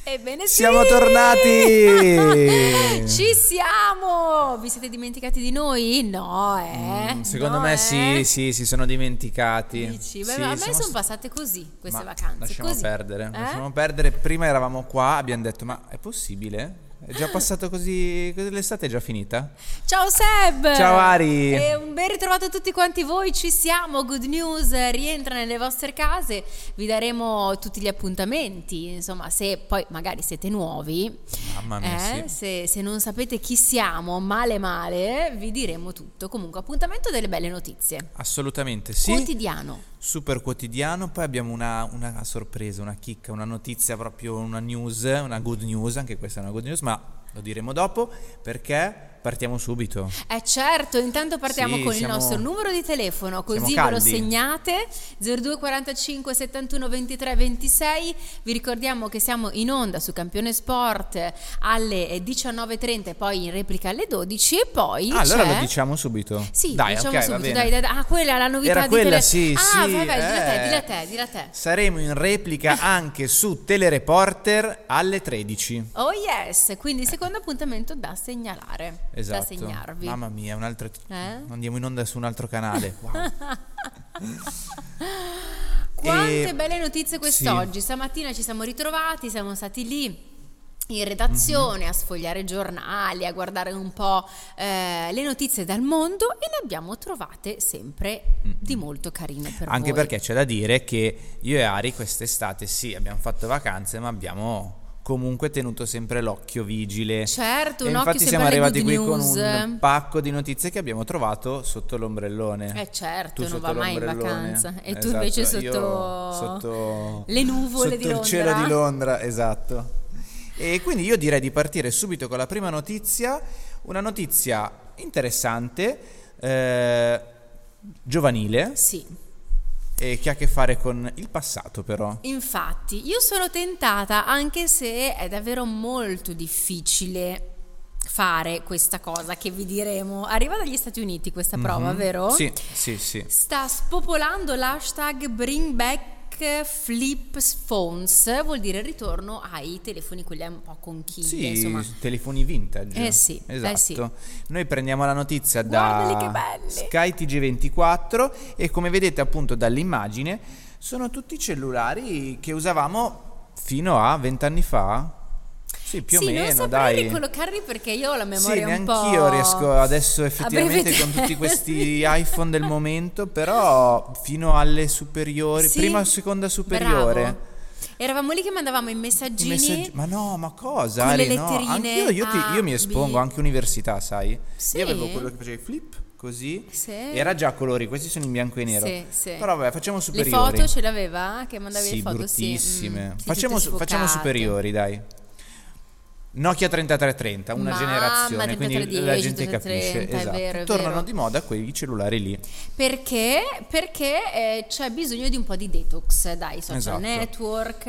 Ebbene sì! Siamo tornati! Ci siamo! Vi siete dimenticati di noi? No, secondo no, me sì, si sono dimenticati. Dici? Beh, Sì, a me siamo sono passate così queste Ma vacanze. lasciamo Così. lasciamo perdere. Prima eravamo qua, abbiamo detto, ma è possibile? È già passato così, l'estate è già finita? Ciao Seb! Ciao Ari! E un ben ritrovato a tutti quanti voi, ci siamo, Good News rientra nelle vostre case, vi daremo tutti gli appuntamenti, insomma, se poi magari siete nuovi, Mamma mia, sì. se non sapete chi siamo, male, vi diremo tutto. Comunque, appuntamento delle belle notizie. Assolutamente sì. Quotidiano. Super quotidiano, poi abbiamo una sorpresa, una chicca, una notizia, proprio una news, una good news, anche questa è una good news, ma lo diremo dopo perché partiamo subito. Certo, intanto partiamo Sì, con il nostro numero di telefono, così ve lo segnate, 0245 71 23 26. Vi ricordiamo che siamo in onda su Campione Sport alle 19:30 e poi in replica alle 12 e poi allora lo diciamo subito. Sì, dai, diciamo ok, subito. Va bene. Ah, quella è la novità. Era di quella, sì. Vabbè, dilla te. Saremo in replica anche su Telereporter alle 13. Oh yes, quindi secondo appuntamento da segnalare. Esatto. Da segnarvi. Mamma mia, andiamo in onda su un altro canale. Wow. Quante belle notizie quest'oggi. Sì. Stamattina ci siamo ritrovati, siamo stati lì in redazione a sfogliare giornali, a guardare un po' le notizie dal mondo e ne abbiamo trovate sempre di molto carine per anche voi. Perché c'è da dire che io e Ari quest'estate sì abbiamo fatto vacanze, ma abbiamo comunque tenuto sempre l'occhio vigile. Certo, un infatti occhio siamo sempre arrivati alle qui good con news. un pacco di notizie che abbiamo trovato sotto l'ombrellone. Certo, tu non sotto va mai in l'ombrellone. vacanza. E Esatto. tu invece Io sotto le nuvole di Londra. Sotto il cielo di Londra, esatto. E quindi io direi di partire subito con la prima notizia, una notizia interessante, giovanile. Sì. E che ha a che fare con il passato, però. Infatti, io sono tentata, anche se è davvero molto difficile fare questa cosa che vi diremo. Arriva dagli Stati Uniti questa prova, vero? Sì. Sta spopolando l'hashtag Bring Back Flip Phones, vuol dire ritorno ai telefoni quelli un po' conchiglie, sì, insomma. Telefoni vintage. Sì, esatto. sì. Noi prendiamo la notizia Guardali che da belli. Sky TG24 e come vedete appunto dall'immagine sono tutti cellulari che usavamo fino a 20 anni fa. Sì, più o meno, non saprei ricollocarli perché io ho la memoria un po'. Sì, neanch'io riesco adesso effettivamente con tutti questi iPhone del momento, però fino alle superiori, prima o seconda superiore. Bravo. Eravamo lì che mandavamo i messaggini. Ma no, ma cosa? Con le Ari, no. letterine. Io mi espongo anche università, sai? Sì. Io avevo quello che facevi flip così. Sì. Era già a colori, questi sono in bianco e nero. Sì. Però vabbè, facciamo superiori. Le foto ce l'aveva? Che mandavi le foto? Bruttissime. Sì, Facciamo superiori, dai. Nokia 3330, una generazione, quindi 3310, la gente 3330, capisce. Esatto. È vero. Tornano di moda quei cellulari lì. Perché c'è bisogno di un po' di detox dai social network,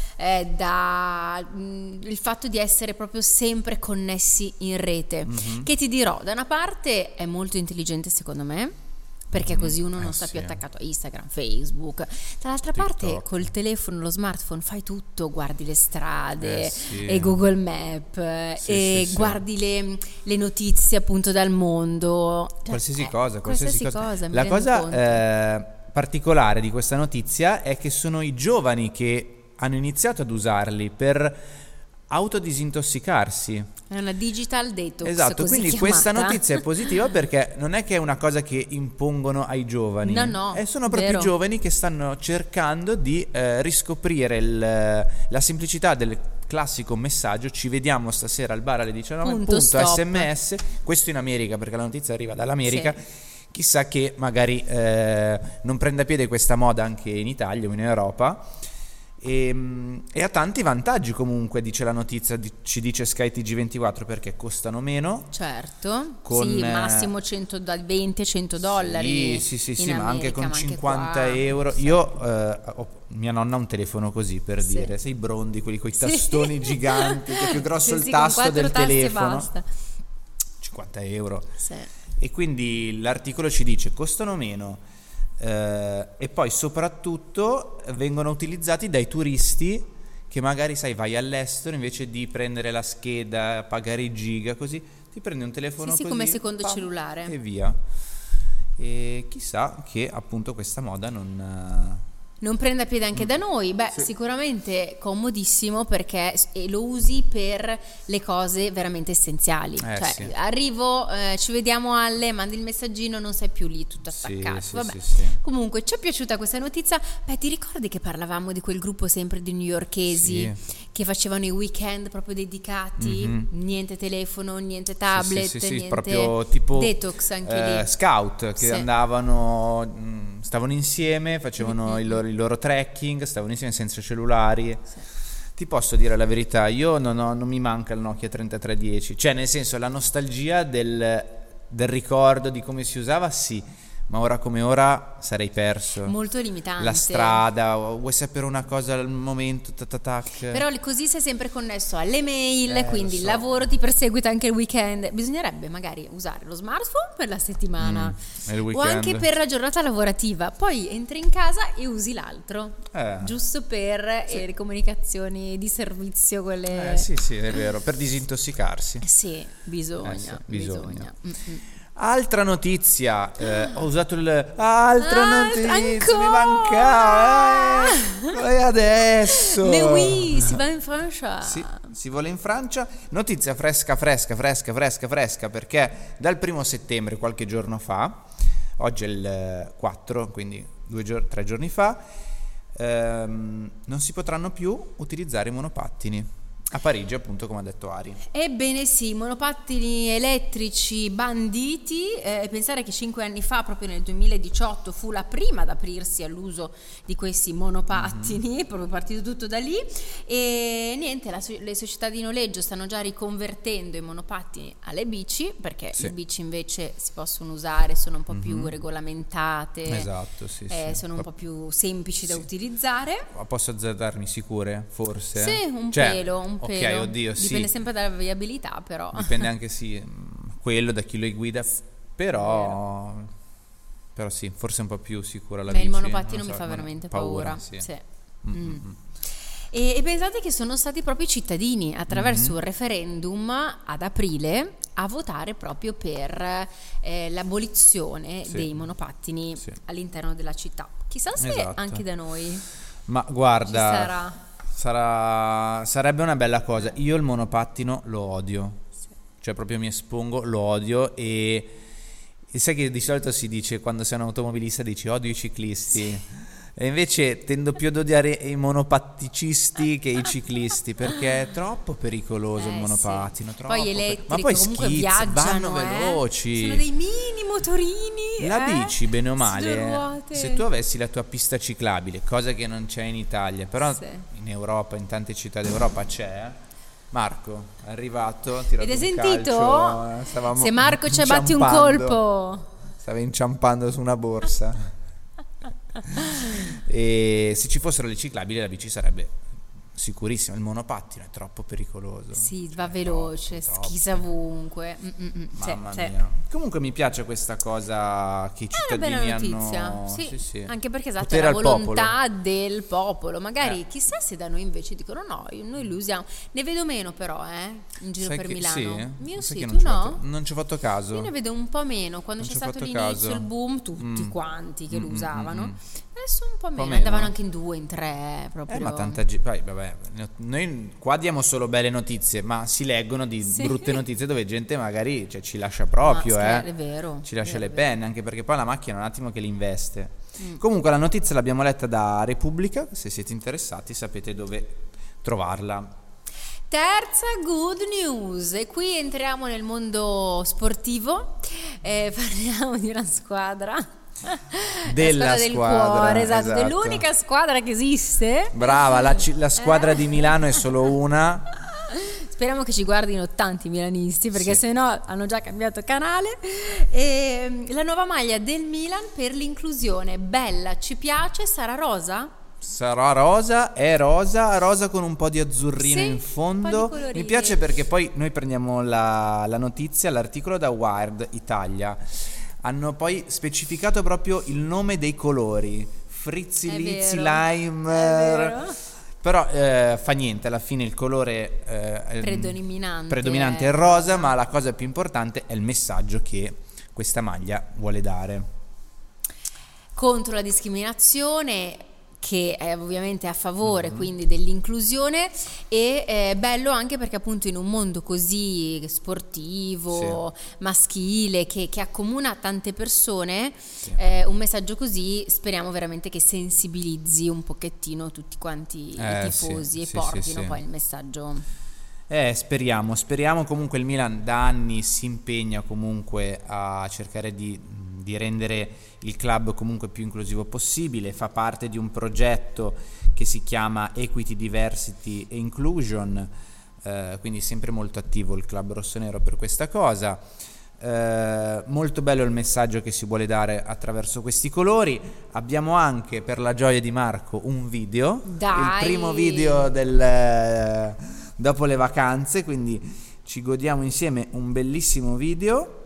il fatto di essere proprio sempre connessi in rete. Che ti dirò, da una parte è molto intelligente secondo me, perché così uno non sta più attaccato a Instagram, Facebook. Dall'altra parte col telefono, lo smartphone fai tutto, guardi le strade e Google Map guardi le notizie appunto dal mondo, qualsiasi cosa. La cosa particolare di questa notizia è che sono i giovani che hanno iniziato ad usarli per autodisintossicarsi. È una digital detox. Esatto, quindi chiamata. questa notizia è positiva perché non è che è una cosa che impongono ai giovani. No, sono proprio i giovani che stanno cercando di riscoprire la semplicità del classico messaggio: ci vediamo stasera al bar alle 19, punto SMS. Questo in America, perché la notizia arriva dall'America. Chissà che magari non prenda piede questa moda anche in Italia o in Europa. E ha tanti vantaggi comunque, dice la notizia, ci dice Sky TG24, perché costano meno. Certo, massimo da 20 a 100 dollari. Sì, ma anche con 50 euro. Io mia nonna ha un telefono così, per dire, sai, i brondi, quelli con i tastoni giganti, che è più grosso il tasto del telefono. Basta. 50 euro. E quindi l'articolo ci dice costano meno. E poi soprattutto vengono utilizzati dai turisti che magari sai vai all'estero, invece di prendere la scheda, pagare i giga, così ti prendi un telefono sì, così, come secondo cellulare e via. E chissà che appunto questa moda non prenda piede anche da noi. Beh, sì. Sicuramente comodissimo, perché lo usi per le cose veramente essenziali. Cioè, sì. arrivo, ci vediamo mandi il messaggino, non sei più lì tutto attaccato. Sì, Vabbè. sì. Comunque ci è piaciuta questa notizia. Beh, ti ricordi che parlavamo di quel gruppo sempre di newyorkesi che facevano i weekend proprio dedicati? Niente telefono, niente tablet, sì, niente, proprio tipo detox anche lì. scout che andavano, stavano insieme, facevano il loro trekking, stavano insieme senza cellulari. Ti posso dire la verità, io non mi manca il Nokia 3310, cioè nel senso la nostalgia del ricordo di come si usava, sì, ma ora come ora sarei perso. Molto limitante. La strada, vuoi sapere una cosa al momento, tac. Però così sei sempre connesso alle mail, quindi il so. lavoro ti perseguita anche il weekend. Bisognerebbe magari usare lo smartphone per la settimana il o weekend. anche per la giornata lavorativa, poi entri in casa e usi l'altro, giusto per le comunicazioni di servizio, quelle... Sì, è vero, per disintossicarsi. Sì, bisogna. Altra notizia, ho usato altra notizia, ancora? mi mancava, e adesso? Mais oui, si va in Francia. Sì, si vuole in Francia, notizia fresca, perché dal 1 settembre, qualche giorno fa, oggi è il 4, quindi 3 giorni fa, non si potranno più utilizzare i monopattini. A Parigi, appunto, come ha detto Ari. Ebbene sì, monopattini elettrici banditi. Pensare che 5 anni fa, proprio nel 2018, fu la prima ad aprirsi all'uso di questi monopattini, proprio partito tutto da lì. E niente, le società di noleggio stanno già riconvertendo i monopattini alle bici, perché le bici invece si possono usare, sono un po' più regolamentate. Esatto, sono un po' più semplici da utilizzare. Posso azzardarmi sicure, forse? Sì, un pelo. Ok, oddio, dipende sempre dalla viabilità, però dipende anche quello da chi lo guida, però sì, forse è un po' più sicura la bici. Il monopattino mi fa veramente paura. Sì. E pensate che sono stati proprio i cittadini, attraverso un referendum ad aprile, a votare proprio per l'abolizione dei monopattini all'interno della città. Chissà se anche da noi ma guarda, ci sarà. Sarebbe una bella cosa. Io il monopattino lo odio, cioè proprio mi espongo, lo odio, e sai che di solito si dice, quando sei un automobilista, dici odio i ciclisti, e invece tendo più ad odiare i monopatticisti che i ciclisti, perché è troppo pericoloso il monopattino, troppo. Poi elettrico, ma poi comunque vanno viaggiano, veloci. Sono dei mini motorini. La bici, bene o male, ruote. se tu avessi la tua pista ciclabile, cosa che non c'è in Italia, però in Europa, in tante città d'Europa c'è. Marco è arrivato, ed hai sentito? Se Marco ci batti un colpo, stava inciampando su una borsa. E se ci fossero le ciclabili, la bici sarebbe sicurissima. Il monopattino è troppo pericoloso. Sì, va veloce, schisa ovunque. Mamma mia. Comunque mi piace questa cosa che i cittadini hanno. Sì. Anche perché è la volontà del popolo. Magari chissà se da noi invece dicono no, noi li usiamo. Ne vedo meno però, in giro per Milano. Io sì, tu no? Non ci ho fatto caso. Io ne vedo un po' meno. Quando c'è stato l'inizio, il boom, tutti quanti che lo usavano. Adesso un po' meno, andavano anche in 2, in 3 proprio. Ma tanta gente, vabbè, noi qua diamo solo belle notizie, ma si leggono di brutte notizie dove gente magari ci lascia proprio, è vero, ci lascia le penne, anche perché poi la macchina è un attimo che li investe. Comunque la notizia l'abbiamo letta da Repubblica, se siete interessati sapete dove trovarla. Terza good news, e qui entriamo nel mondo sportivo, parliamo di una squadra della del squadra, cuore, esatto, dell'unica squadra che esiste. Brava, la squadra di Milano è solo una. Speriamo che ci guardino tanti milanisti, perché se no hanno già cambiato canale. E la nuova maglia del Milan per l'inclusione, bella, ci piace, sarà rosa? Sarà rosa, è rosa con un po' di azzurrino in fondo. Mi piace perché poi noi prendiamo la notizia, l'articolo da Wired Italia. Hanno poi specificato proprio il nome dei colori: Frizzi, Lizzi, Lime. Però fa niente, alla fine il colore predominante è il rosa, ma la cosa più importante è il messaggio che questa maglia vuole dare. Contro la discriminazione, che è ovviamente a favore quindi dell'inclusione, e è bello anche perché appunto in un mondo così sportivo, maschile, che accomuna tante persone, un messaggio così speriamo veramente che sensibilizzi un pochettino tutti quanti i tifosi e portino poi il messaggio. Speriamo. Comunque il Milan da anni si impegna comunque a cercare di rendere il club comunque più inclusivo possibile, fa parte di un progetto che si chiama Equity, Diversity e Inclusion, quindi sempre molto attivo il club rossonero per questa cosa. Molto bello il messaggio che si vuole dare attraverso questi colori. Abbiamo anche, per la gioia di Marco, un video, il primo video dopo le vacanze, quindi ci godiamo insieme un bellissimo video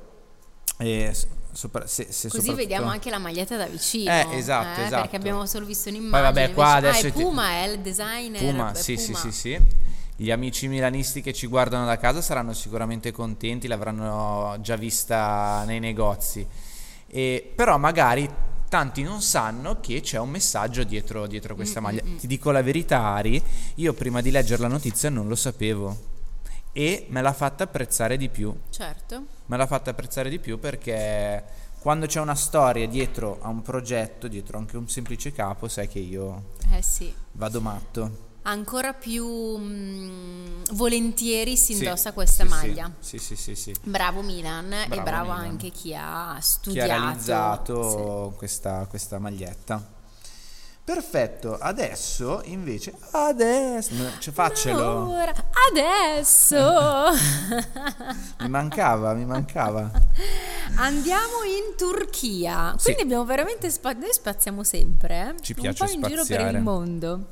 così vediamo anche la maglietta da vicino, esatto, perché abbiamo solo visto un'immagine. Poi vabbè, qua adesso è Puma, è il designer Puma. Sì. Gli amici milanisti che ci guardano da casa saranno sicuramente contenti, l'avranno già vista nei negozi, però magari tanti non sanno che c'è un messaggio dietro questa maglia. Ti dico la verità, Ari, io prima di leggere la notizia non lo sapevo e me l'ha fatta apprezzare di più. Certo. Me l'ha fatta apprezzare di più perché quando c'è una storia dietro a un progetto, dietro anche un semplice capo, sai che io vado matto. Ancora più volentieri si indossa questa maglia. Sì. Bravo Milan, e bravo Milan. Anche chi ha studiato, chi ha realizzato questa maglietta. Perfetto, adesso invece faccelo. Adesso mi mancava. Andiamo in Turchia. Quindi abbiamo veramente noi spaziamo sempre, ci piace un po' in spaziare. giro per il mondo.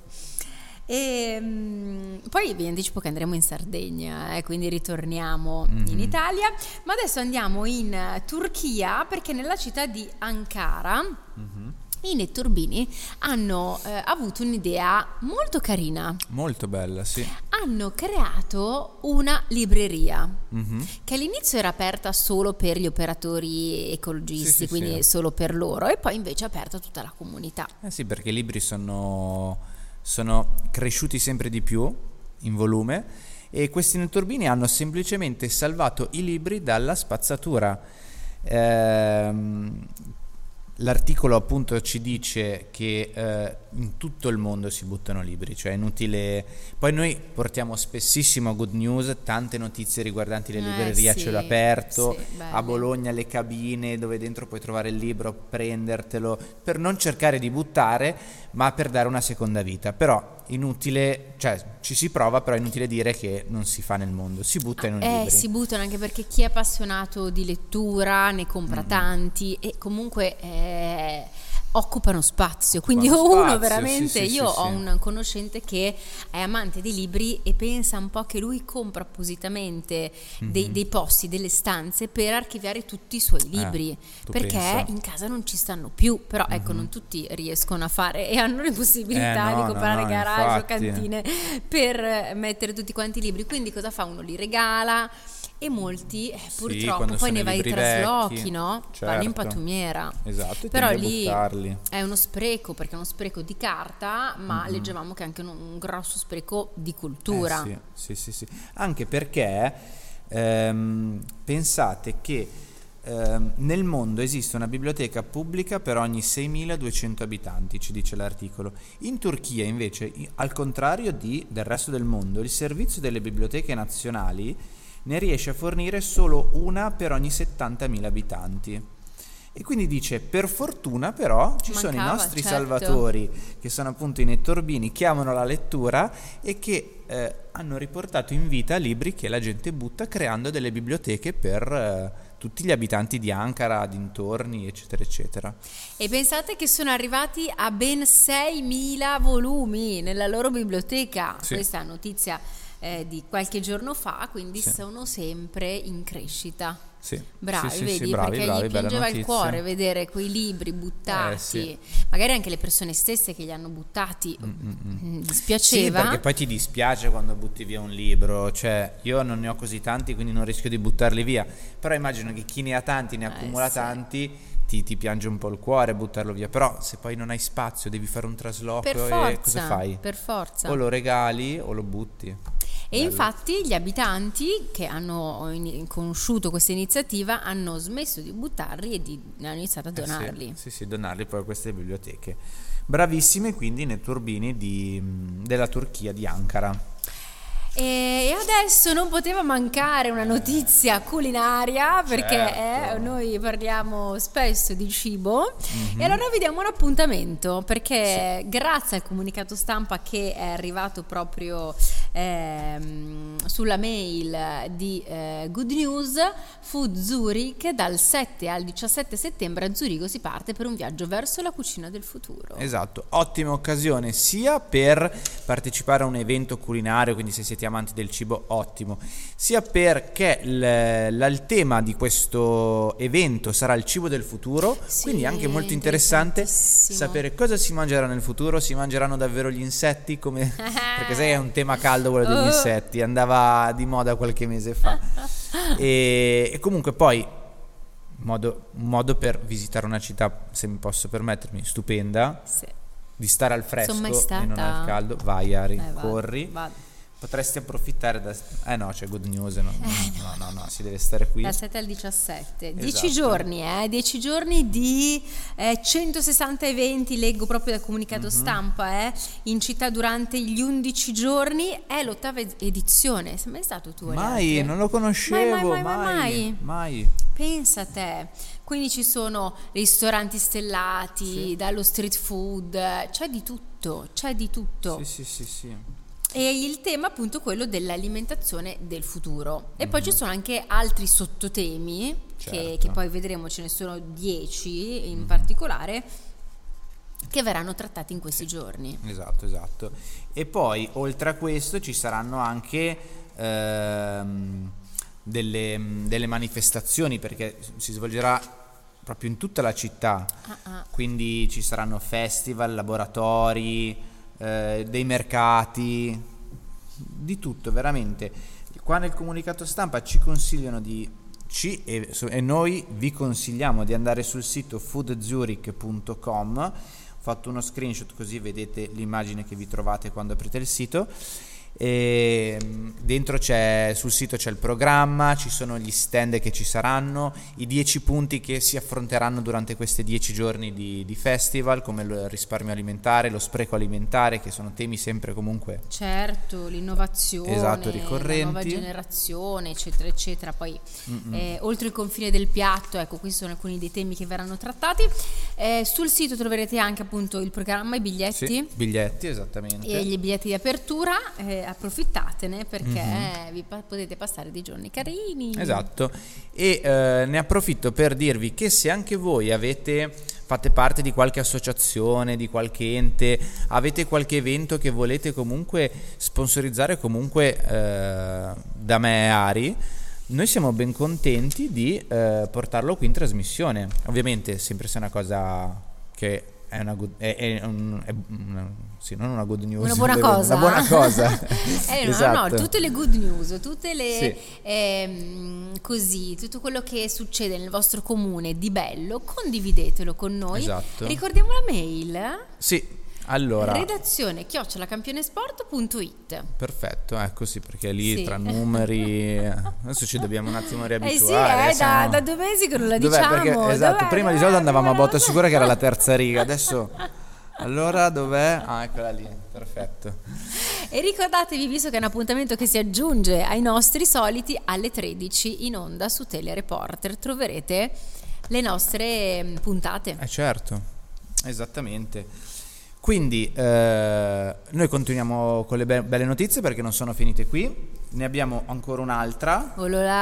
E poi vi anticipo che andremo in Sardegna, quindi ritorniamo in Italia, ma adesso andiamo in Turchia perché nella città di Ankara i netturbini hanno avuto un'idea molto carina. Molto bella, sì. Hanno creato una libreria che all'inizio era aperta solo per gli operatori ecologisti, quindi solo per loro, e poi invece è aperta a tutta la comunità. Sì, perché i libri sono cresciuti sempre di più in volume e questi netturbini hanno semplicemente salvato i libri dalla spazzatura. L'articolo appunto ci dice che in tutto il mondo si buttano libri, cioè è inutile. Poi noi portiamo spessissimo a Good News tante notizie riguardanti le librerie a cielo aperto, a Bologna le cabine dove dentro puoi trovare il libro, prendertelo, per non cercare di buttare ma per dare una seconda vita. Però inutile, cioè ci si prova, però è inutile dire che non si fa nel mondo, si buttano i libri. Si buttano anche perché chi è appassionato di lettura ne compra tanti e comunque occupano spazio, quindi uno veramente, io ho un conoscente che è amante di libri e pensa un po' che lui compra appositamente dei posti, delle stanze per archiviare tutti i suoi libri, perché in casa non ci stanno più, però ecco, non tutti riescono a fare e hanno le possibilità di comprare garage o cantine per mettere tutti quanti i libri, quindi cosa fa? Uno li regala e molti purtroppo poi ne vai ai traslochi, vecchi, no? Certo. Vanno in pattumiera. Esatto, però lì è uno spreco, perché è uno spreco di carta, ma leggevamo che è anche un grosso spreco di cultura. Sì. Anche perché pensate che nel mondo esiste una biblioteca pubblica per ogni 6.200 abitanti, ci dice l'articolo. In Turchia invece, al contrario del resto del mondo, il servizio delle biblioteche nazionali ne riesce a fornire solo una per ogni 70.000 abitanti. E quindi dice, per fortuna però ci sono i nostri salvatori, che sono appunto i netturbini, che amano la lettura e che hanno riportato in vita libri che la gente butta, creando delle biblioteche per tutti gli abitanti di Ankara, dintorni, eccetera eccetera. E pensate che sono arrivati a ben 6.000 volumi nella loro biblioteca. Questa è una notizia di qualche giorno fa, quindi sono sempre in crescita. Sì. Bravi, sì, vedi, sì, bravi, perché bravi, gli piangeva il notizia. cuore vedere quei libri buttati, sì. magari anche le persone stesse che li hanno buttati, dispiaceva. Sì, perché poi ti dispiace quando butti via un libro, cioè io non ne ho così tanti, quindi non rischio di buttarli via, però immagino che chi ne ha tanti, ne accumula sì. tanti, ti piange un po' il cuore buttarlo via, però se poi non hai spazio devi fare un trasloco e cosa fai? Per forza. O lo regali o lo butti. E infatti gli abitanti che hanno conosciuto questa iniziativa hanno smesso di buttarli e hanno iniziato a donarli. Sì, donarli poi a queste biblioteche. Bravissime quindi i netturbini della Turchia, di Ankara. E adesso non poteva mancare una notizia culinaria, perché Certo. noi parliamo spesso di cibo, e allora vi diamo un appuntamento, perché grazie al comunicato stampa che è arrivato proprio sulla mail di Good News, Food Zurich, dal 7 al 17 settembre a Zurigo si parte per un viaggio verso la cucina del futuro. Esatto, ottima occasione sia per partecipare a un evento culinario, quindi se siete amanti del cibo, ottimo, sia perché il tema di questo evento sarà il cibo del futuro, quindi anche molto interessante sapere cosa si mangerà nel futuro. Si mangeranno davvero gli insetti, perché sai è un tema caldo quello degli insetti, andava di moda qualche mese fa, e comunque poi un modo per visitare una città, se mi posso permettermi, stupenda, di stare al fresco e non al caldo. Vai Ari, corri. Vado. Potresti approfittare no, c'è Good News, no, si deve stare qui. Dal 7 al 17, Esatto. 10 giorni, 10 giorni di 160 eventi, leggo proprio dal comunicato stampa, in città durante gli 11 giorni, è l'8ª edizione. Sei mai stato tu? Mai, non lo conoscevo, mai. Pensa a te. Quindi ci sono ristoranti stellati, dallo street food, c'è di tutto. Sì. E il tema appunto quello dell'alimentazione del futuro. E poi ci sono anche altri sottotemi, che poi vedremo, ce ne sono 10 in particolare, che verranno trattati in questi giorni. Esatto. E poi oltre a questo ci saranno anche delle manifestazioni, perché si svolgerà proprio in tutta la città, quindi ci saranno festival, laboratori, dei mercati, di tutto veramente. Qua nel comunicato stampa ci consigliano e noi vi consigliamo di andare sul sito foodzurich.com. Ho fatto uno screenshot così vedete l'immagine che vi trovate quando aprite il sito. E dentro sul sito c'è il programma, ci sono gli stand che ci saranno, i 10 punti che si affronteranno durante questi 10 giorni di festival, come il risparmio alimentare, lo spreco alimentare, che sono temi sempre comunque l'innovazione, ricorrenti, la nuova generazione, eccetera. Poi oltre il confine del piatto, questi sono alcuni dei temi che verranno trattati. Sul sito troverete anche appunto il programma, i biglietti, esattamente, e gli biglietti di apertura. Approfittatene, perché vi potete passare dei giorni carini. Esatto. E ne approfitto per dirvi che se anche voi fate parte di qualche associazione, di qualche ente, avete qualche evento che volete comunque sponsorizzare comunque da me e Ari, noi siamo ben contenti di portarlo qui in trasmissione. Ovviamente sempre se è una cosa che è una non una good news, una buona cosa. Una buona cosa. No, tutte le good news, tutte le così, tutto quello che succede nel vostro comune di bello, condividetelo con noi. Esatto. Ricordiamo la mail? Sì. Allora, redazione@campioneспort.it. Perfetto, così, perché lì tra numeri adesso ci dobbiamo un attimo riabituare. Da 2 mesi che non la diciamo. Perché, esatto, prima di solito andavamo a botta sicura che era la terza riga, adesso allora dov'è? Eccola lì, perfetto. E ricordatevi, visto che è un appuntamento che si aggiunge ai nostri soliti, alle 13 in onda su Telereporter troverete le nostre puntate. Certo, esattamente. Quindi noi continuiamo con le belle notizie, perché non sono finite qui, ne abbiamo ancora un'altra.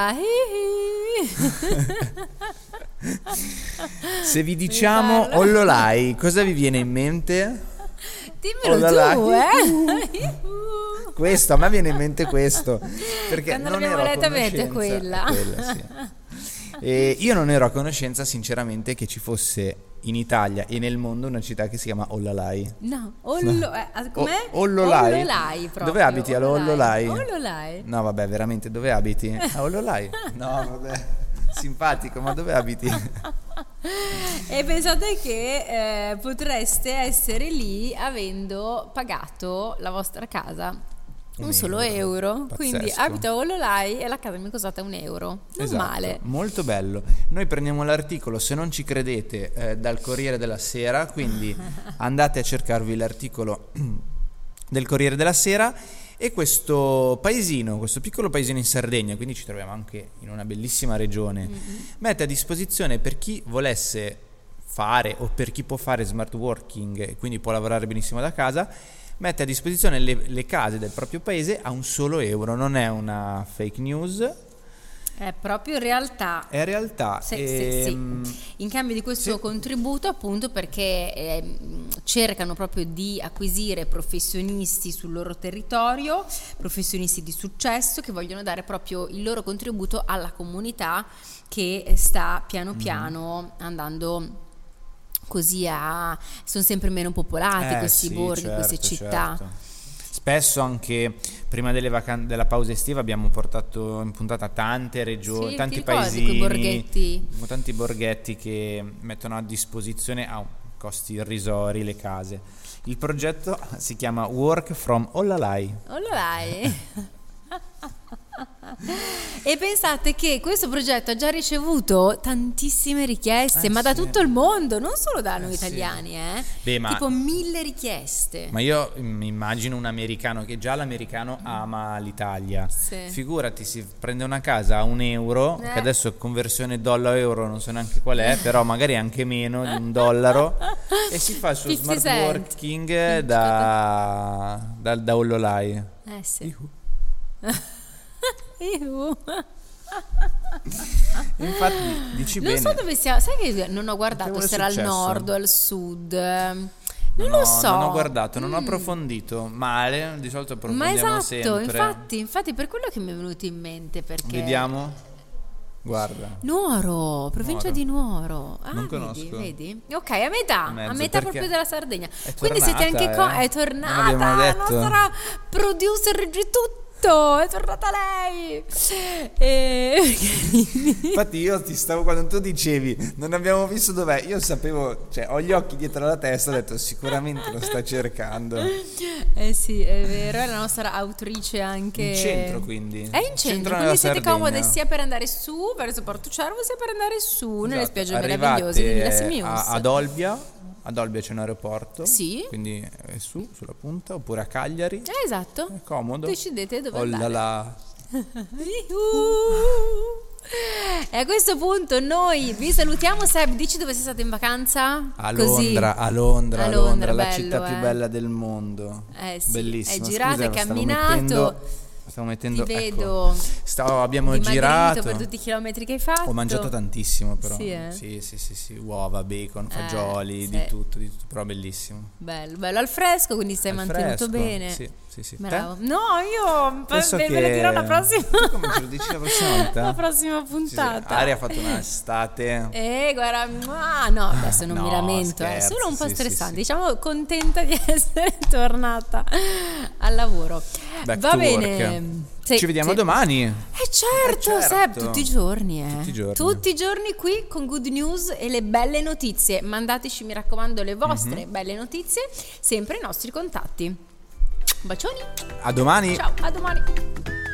Se vi diciamo Ollolai, cosa vi viene in mente? Dimmelo tu, Questo, a me viene in mente questo, perché quando non l'abbiamo ero a letta conoscenza. quella. Sì. E io non ero a conoscenza sinceramente che ci fosse in Italia e nel mondo una città che si chiama Ollalai. No, com'è? Ollolai? Ollolai proprio. Dove abiti a Ollolai? Ollolai. No vabbè, veramente, dove abiti? A Ollolai? No vabbè, simpatico, ma dove abiti? E pensate che potreste essere lì avendo pagato la vostra casa un solo euro. Quindi abito a Ollolai e la casa mi è costata €1. Non esatto, male. Molto bello. Noi prendiamo l'articolo, se non ci credete, dal Corriere della Sera, quindi andate a cercarvi l'articolo del Corriere della Sera. E questo paesino, questo piccolo paesino in Sardegna, quindi ci troviamo anche in una bellissima regione, mette a disposizione per chi volesse fare o per chi può fare smart working e quindi può lavorare benissimo da casa, mette a disposizione le case del proprio paese a un solo euro. Non è una fake news, è proprio realtà. È realtà. Sì. In cambio di questo contributo, appunto, perché cercano proprio di acquisire professionisti sul loro territorio, professionisti di successo che vogliono dare proprio il loro contributo alla comunità che sta piano piano andando così sono sempre meno popolati questi borghi, queste città. Certo. Spesso anche prima della pausa estiva abbiamo portato in puntata tante regioni, tanti paesini, tanti borghetti che mettono a disposizione a costi irrisori le case. Il progetto si chiama Work from Ollalai. E pensate che questo progetto ha già ricevuto tantissime richieste, ma da tutto il mondo, non solo da noi italiani, tipo 1000 richieste. Ma io mi immagino un americano, che già l'americano ama l'Italia, figurati, si prende una casa a €1, che adesso conversione dollaro-euro non so neanche qual è, però magari anche meno di $1, e si fa il suo smart working da Ollalai. Infatti dici bene. Non so dove sia, sai che non ho guardato se era al nord o al sud. Non lo so. Non ho guardato, non ho approfondito. Male, di solito approfondiamo sempre. Infatti per quello che mi è venuto in mente, perché vediamo. Guarda. Nuoro, provincia di Nuoro. Non conosco. Vedi? Ok, a metà proprio della Sardegna. Quindi siete anche è tornata la nostra producer di tutto. È tornata lei. Infatti io ti stavo, quando tu dicevi non abbiamo visto dov'è, io sapevo, cioè ho gli occhi dietro la testa, ho detto sicuramente lo sta cercando. Sì, è vero, è la nostra autrice anche in centro, quindi è in centro quindi siete comode sia per andare su verso Porto Cervo sia per andare su nelle spiagge meravigliose di Villa Simius. Ad Olbia c'è un aeroporto, quindi è sulla punta, oppure a Cagliari. Esatto. È comodo. Decidete dove andare. E a questo punto noi vi salutiamo. Seb, dici dove sei stato in vacanza? A Londra, la bello, città più bella del mondo. Bellissima. Hai girato, hai camminato. Stavo mettendo, ti vedo. Abbiamo girato per tutti i chilometri che hai fatto. Ho mangiato tantissimo, però. Sì, uova, bacon, fagioli, di tutto, però bellissimo. Bello al fresco, quindi stai mantenuto bene. Sì. Bravo. No, io ve lo dirò la prossima. Tu come ce lo dici la prossima volta? La prossima puntata. Ari ha fatto un'estate. Guarda, no, adesso non mi lamento, è solo un po' stressante. Diciamo contenta di essere tornata al lavoro. Va bene. Ci vediamo domani. Certo. Seb, tutti i giorni. Tutti i giorni qui con good news e le belle notizie. Mandateci, mi raccomando, le vostre belle notizie, sempre ai nostri contatti. Bacioni. A domani. Ciao, a domani.